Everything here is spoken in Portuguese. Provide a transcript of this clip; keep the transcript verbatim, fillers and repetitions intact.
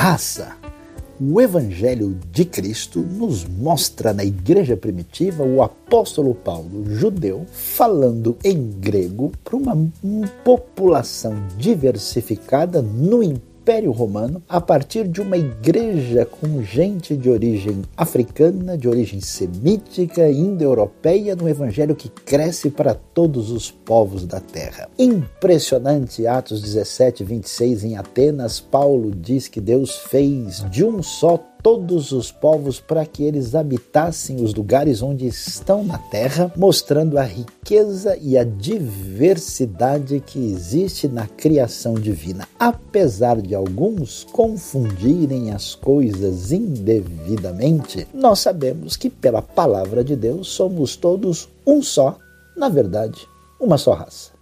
raça. O Evangelho de Cristo nos mostra na igreja primitiva o apóstolo Paulo, judeu, falando em grego para uma população diversificada no Império Romano, a partir de uma igreja com gente de origem africana, de origem semítica, indo-europeia, no Evangelho que cresce para todos os povos da terra. Impressionante, Atos dezessete, vinte e seis, em Atenas, Paulo diz que Deus fez de um só todos os povos para que eles habitassem os lugares onde estão na terra, mostrando a riqueza e a diversidade que existe na criação divina. Apesar de alguns confundirem as coisas indevidamente, nós sabemos que pela palavra de Deus somos todos um só, na verdade, uma só raça.